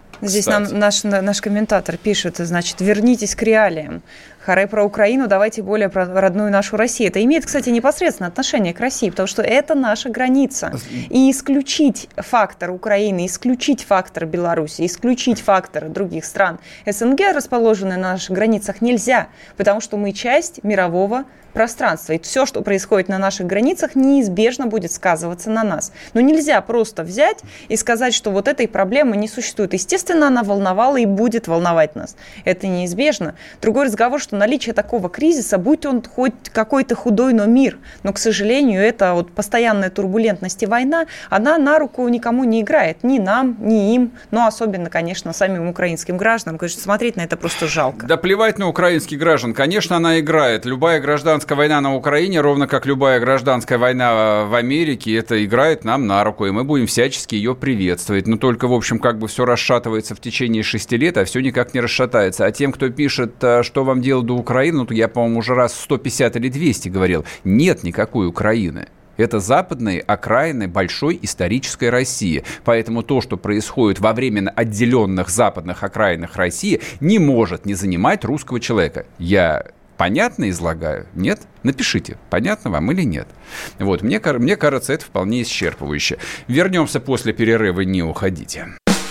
[SPEAKER 3] Здесь нам наш комментатор пишет, значит, вернитесь к реалиям. Харе про Украину, давайте более про родную нашу Россию. Это имеет, кстати, непосредственное отношение к России, потому что это наша граница. И исключить фактор Украины, исключить фактор Беларуси, исключить фактор других стран СНГ, расположенные на наших границах, нельзя, потому что мы часть мирового пространства. И все, что происходит на наших границах, неизбежно будет сказываться на нас. Но нельзя просто взять и сказать, что вот этой проблемы не существует. Естественно, она волновала и будет волновать нас. Это неизбежно. Другой разговор, что наличие такого кризиса, будь он хоть какой-то худой, но мир. Но, к сожалению, это вот постоянная турбулентность и война, она на руку никому не играет. Ни нам, ни им. Но особенно, конечно, самим украинским гражданам. Конечно, смотреть на это просто жалко.
[SPEAKER 2] Да плевать на украинских граждан. Конечно, она играет. Любая гражданская война на Украине, ровно как любая гражданская война в Америке, это играет нам на руку, и мы будем всячески ее приветствовать. Но только, в общем, как бы все расшатывается в течение 6 лет, а все никак не расшатается. А тем, кто пишет, что вам делать до Украины, ну, я, по-моему, уже раз 150 или 200 говорил, нет никакой Украины. Это западные окраины большой исторической России. Поэтому то, что происходит во временно отделенных западных окраинах России, не может не занимать русского человека. Я понятно излагаю? Нет? Напишите, понятно вам или нет. Вот, мне кажется, это вполне исчерпывающе. Вернемся после перерыва, не уходите.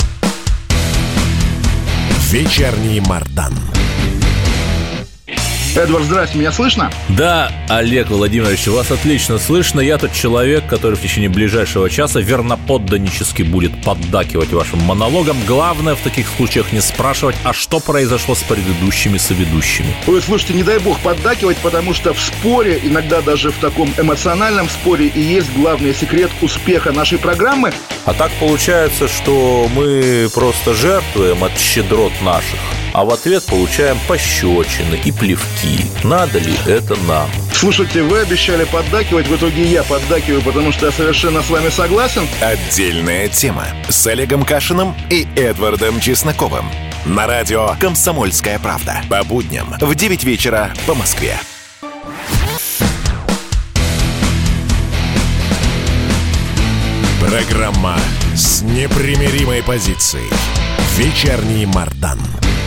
[SPEAKER 1] Вечерний Мардан.
[SPEAKER 5] Эдвард, здрасте, меня слышно?
[SPEAKER 7] Да, Олег Владимирович, вас отлично слышно. Я тот человек, который в течение ближайшего часа верноподданнически будет поддакивать вашим монологам. Главное в таких случаях не спрашивать, а что произошло с предыдущими соведущими.
[SPEAKER 5] Ой, слушайте, не дай бог поддакивать, потому что в споре, иногда даже в таком эмоциональном споре, и есть главный секрет успеха нашей программы.
[SPEAKER 7] А так получается, что мы просто жертвуем от щедрот наших, а в ответ получаем пощечины и плевки. Надо ли это нам?
[SPEAKER 5] Слушайте, вы обещали поддакивать, в итоге я поддакиваю, потому что я совершенно с вами согласен.
[SPEAKER 1] Отдельная тема с Олегом Кашиным и Эдвардом Чесноковым. На радио «Комсомольская правда». По будням в 9 вечера по Москве. Программа с непримиримой позицией. Вечерний Мардан.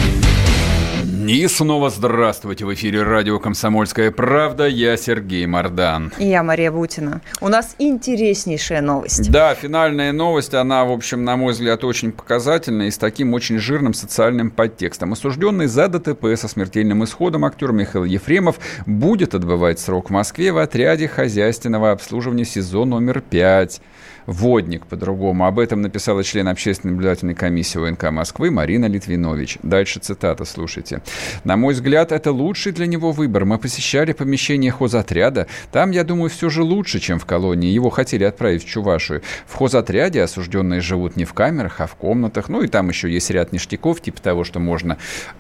[SPEAKER 2] И снова здравствуйте. В эфире радио «Комсомольская правда». Я Сергей Мардан.
[SPEAKER 3] И я Мария Бутина. У нас интереснейшая новость.
[SPEAKER 2] Да, финальная новость. Она, в общем, на мой взгляд, очень показательная и с таким очень жирным социальным подтекстом. Осужденный за ДТП со смертельным исходом актер Михаил Ефремов будет отбывать срок в Москве в отряде хозяйственного обслуживания СИЗО номер 5. Водник, по-другому. Об этом написала член общественной наблюдательной комиссии УНК Москвы Марина Литвинович. Дальше цитата, слушайте. «На мой взгляд, это лучший для него выбор. Мы посещали помещение хозотряда. Там, я думаю, все же лучше, чем в колонии. Его хотели отправить в Чувашию. В хозотряде осужденные живут не в камерах, а в комнатах. Ну и там еще есть ряд ништяков, типа того, что можно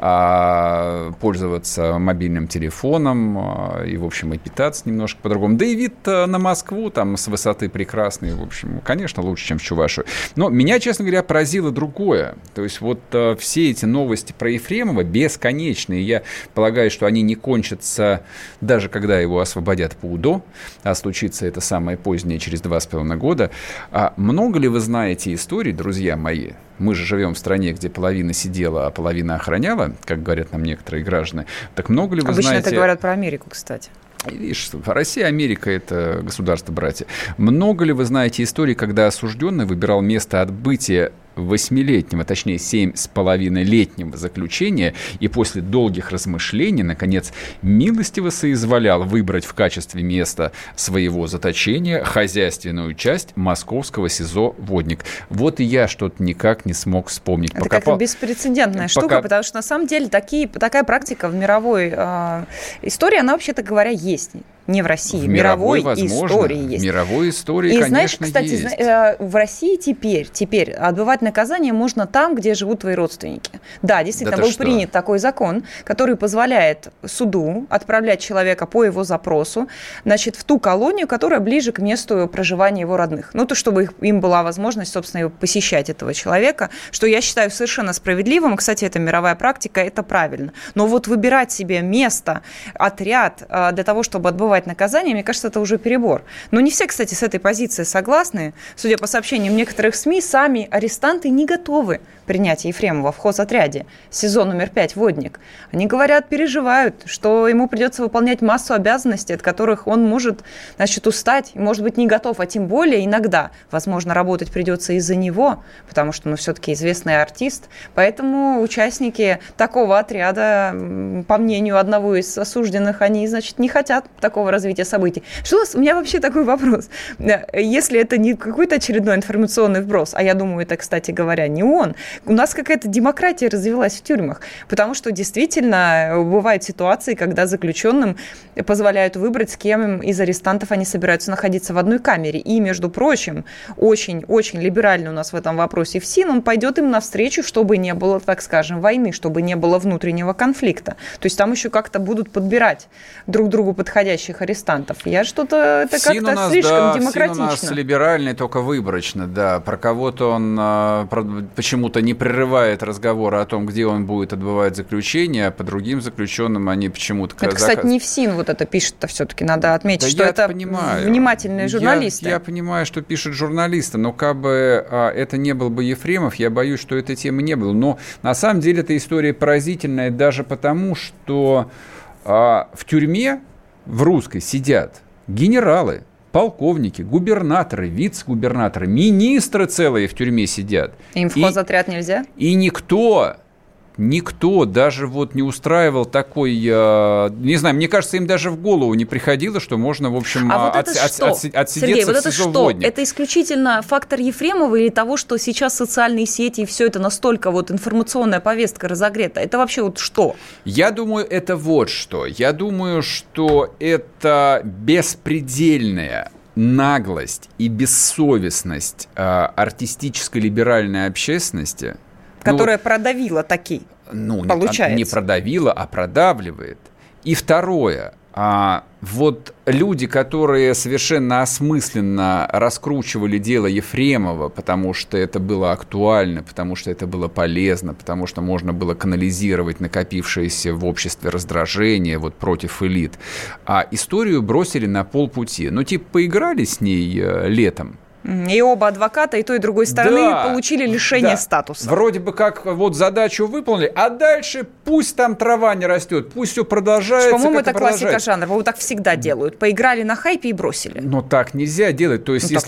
[SPEAKER 2] пользоваться мобильным телефоном и, в общем, и питаться немножко по-другому. Да и вид на Москву там с высоты прекрасный, в общем, конечно, лучше, чем в Чувашию. Но меня, честно говоря, поразило другое. То есть вот все эти новости про Ефремова бесконечные. Я полагаю, что они не кончатся даже когда его освободят по УДО, а случится это самое позднее, через 2,5 года. А много ли вы знаете историй, друзья мои? Мы же живем в стране, где половина сидела, а половина охраняла, как говорят нам некоторые граждане. Так много ли вы
[SPEAKER 3] Обычно
[SPEAKER 2] знаете...
[SPEAKER 3] это говорят про Америку, кстати.
[SPEAKER 2] Видишь, Россия, Америка – это государства-братья. Много ли вы знаете историй, когда осужденный выбирал место отбытия 8-летнего, точнее 7,5-летнего заключения и после долгих размышлений, наконец, милостиво соизволял выбрать в качестве места своего заточения хозяйственную часть московского СИЗО «Водник». Вот и я что-то никак не смог вспомнить.
[SPEAKER 3] Это как беспрецедентная штука, потому что на самом деле такая практика в мировой истории, она, вообще-то говоря, есть. Не в России, в мировой истории есть.
[SPEAKER 2] В мировой истории,
[SPEAKER 3] и,
[SPEAKER 2] конечно,
[SPEAKER 3] знаешь, кстати,
[SPEAKER 2] есть.
[SPEAKER 3] В России теперь отбывать наказание можно там, где живут твои родственники. Да, действительно, был принят такой закон, который позволяет суду отправлять человека по его запросу, значит, в ту колонию, которая ближе к месту проживания его родных. Ну, то, чтобы им была возможность, собственно, посещать этого человека, что я считаю совершенно справедливым. Кстати, это мировая практика, это правильно. Но вот выбирать себе место, отряд для того, чтобы отбывать отбывать наказание, мне кажется, это уже перебор. Но не все, кстати, с этой позицией согласны. Судя по сообщениям некоторых СМИ, сами арестанты не готовы принять Ефремова в хозотряде. СИЗО номер 5 «Водник». Они говорят, переживают, что ему придется выполнять массу обязанностей, от которых он может, устать, и, может быть, не готов, а тем более иногда, возможно, работать придется из-за него, потому что, все-таки известный артист. Поэтому участники такого отряда, по мнению одного из осужденных, они, не хотят такого развития событий. У меня вообще такой вопрос. Если это не какой-то очередной информационный вброс, а я думаю, это, кстати говоря, не он, у нас какая-то демократия развилась в тюрьмах, потому что действительно бывают ситуации, когда заключенным позволяют выбрать, с кем из арестантов они собираются находиться в одной камере. И, между прочим, очень-очень либеральный у нас в этом вопросе ФСИН, он пойдет им навстречу, чтобы не было, так скажем, войны, чтобы не было внутреннего конфликта. То есть там еще как-то будут подбирать друг другу подходящих арестантов. Это
[SPEAKER 2] ФСИН
[SPEAKER 3] как-то слишком демократично.
[SPEAKER 2] ФСИН у нас либеральный, только выборочно, да. Про кого-то он почему-то не прерывает разговоры о том, где он будет отбывать заключение, а по другим заключенным они почему-то...
[SPEAKER 3] Это, кстати, не ФСИН это пишет-то все-таки, надо отметить, что это внимательные журналисты.
[SPEAKER 2] Я понимаю, что пишут журналисты, но как бы это не был бы Ефремов, я боюсь, что этой темы не было. Но на самом деле эта история поразительная даже потому, что в тюрьме в русской сидят генералы, полковники, губернаторы, вице-губернаторы, министры целые в тюрьме сидят.
[SPEAKER 3] Им в хозотряд нельзя?
[SPEAKER 2] И никто даже не устраивал такой, не знаю, мне кажется, им даже в голову не приходило, что можно, в общем, отсидеться
[SPEAKER 3] Сергей,
[SPEAKER 2] в СИЗО-водник.
[SPEAKER 3] Это исключительно фактор Ефремова или того, что сейчас социальные сети и все это настолько информационная повестка разогрета? Это вообще что?
[SPEAKER 2] Я думаю, это что. Я думаю, что это беспредельная наглость и бессовестность артистической либеральной общественности,
[SPEAKER 3] которая продавила таки, получается.
[SPEAKER 2] Не продавила, а продавливает. И второе. Люди, которые совершенно осмысленно раскручивали дело Ефремова, потому что это было актуально, потому что это было полезно, потому что можно было канализировать накопившееся в обществе раздражение против элит, а историю бросили на полпути. Поиграли с ней летом.
[SPEAKER 3] И оба адвоката, и той, и другой стороны получили лишение статуса.
[SPEAKER 2] Вроде бы как задачу выполнили, а дальше пусть там трава не растет, пусть все продолжается.
[SPEAKER 3] По-моему, это классика жанра. Так всегда делают. Поиграли на хайпе и бросили.
[SPEAKER 2] Но так нельзя делать. То есть,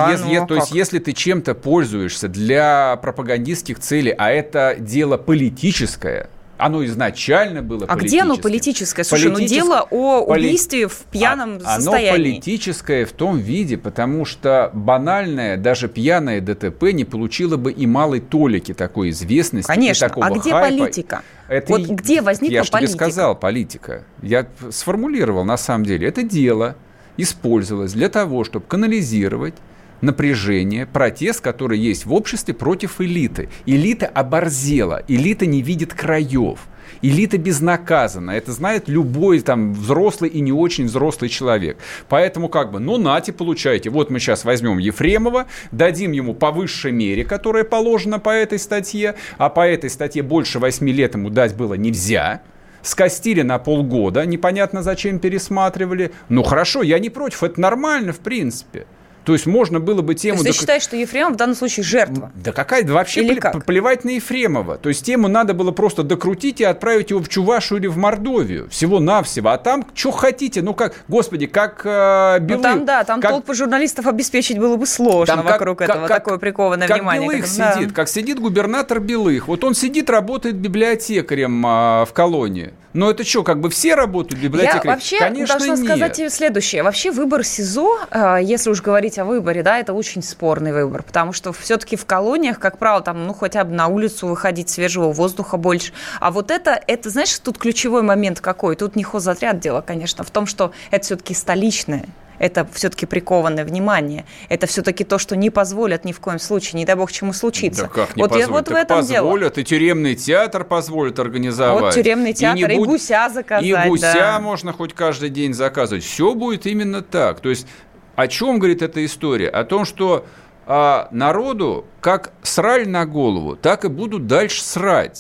[SPEAKER 2] если ты чем-то пользуешься для пропагандистских целей, а это дело политическое, оно изначально было политическое. А где оно
[SPEAKER 3] политическое? Слушай, дело о убийстве в пьяном состоянии.
[SPEAKER 2] Оно политическое в том виде, потому что банальное, даже пьяное ДТП не получило бы и малой толики такой известности.
[SPEAKER 3] Конечно.
[SPEAKER 2] И такого
[SPEAKER 3] где
[SPEAKER 2] хайпа.
[SPEAKER 3] Политика? Где возникла политика?
[SPEAKER 2] Я же тебе сказал, политика. Я сформулировал, на самом деле. Это дело использовалось для того, чтобы канализировать напряжение, протест, который есть в обществе против элиты. Элита оборзела, элита не видит краев. Элита безнаказанна. Это знает любой взрослый и не очень взрослый человек. Поэтому нате, получайте. Мы сейчас возьмем Ефремова, дадим ему по высшей мере, которая положена по этой статье, а по этой статье больше 8 лет ему дать было нельзя. Скостили на полгода, непонятно зачем пересматривали. Хорошо, я не против, это нормально в принципе. То есть можно было бы тему...
[SPEAKER 3] То есть ты считаешь, что Ефремов в данном случае жертва?
[SPEAKER 2] Да какая? Вообще плевать на Ефремова. То есть тему надо было просто докрутить и отправить его в Чувашию или в Мордовию. Всего-навсего. А там что хотите. Господи, как Белых.
[SPEAKER 3] Там толпы журналистов обеспечить было бы сложно вокруг этого. Такое прикованное внимание.
[SPEAKER 2] Белых сидит. Как сидит губернатор Белых. Он сидит, работает библиотекарем в колонии. Но это что, все работают библиотекарем?
[SPEAKER 3] Я вообще
[SPEAKER 2] Конечно,
[SPEAKER 3] должна сказать следующее. Вообще выбор СИЗО, если уж говорить о выборе, это очень спорный выбор, потому что все-таки в колониях, как правило, хотя бы на улицу выходить, свежего воздуха больше. А это, знаешь, тут ключевой момент какой? Тут не хозотряд дело, конечно, в том, что это все-таки столичное. Это все-таки прикованное внимание. Это все-таки то, что не позволят ни в коем случае, не дай бог чему случиться.
[SPEAKER 2] Да как не позволят?
[SPEAKER 3] В этом
[SPEAKER 2] позволят, и тюремный театр позволят организовать.
[SPEAKER 3] Тюремный театр, и гуся заказать.
[SPEAKER 2] И гуся можно хоть каждый день заказывать. Все будет именно так. То есть о чем говорит эта история? О том, что народу как срали на голову, так и будут дальше срать.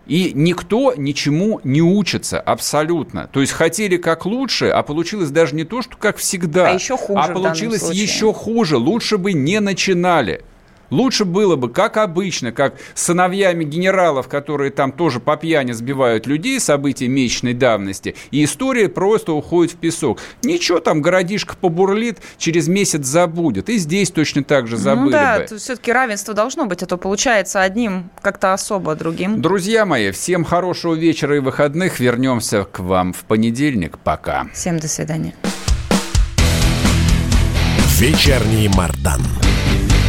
[SPEAKER 2] И никто ничему не учится абсолютно. То есть хотели как лучше, а получилось даже не то, что как всегда.
[SPEAKER 3] А еще хуже.
[SPEAKER 2] А получилось еще хуже. Лучше бы не начинали. Лучше было бы, как обычно, как с сыновьями генералов, которые там тоже по пьяни сбивают людей, события месячной давности, и история просто уходит в песок. Ничего там, городишко побурлит, через месяц забудет. И здесь точно так же забыли бы.
[SPEAKER 3] Все-таки равенство должно быть, а то получается одним как-то особо, другим.
[SPEAKER 2] Друзья мои, всем хорошего вечера и выходных. Вернемся к вам в понедельник. Пока.
[SPEAKER 3] Всем до свидания.
[SPEAKER 1] Вечерний Мардан.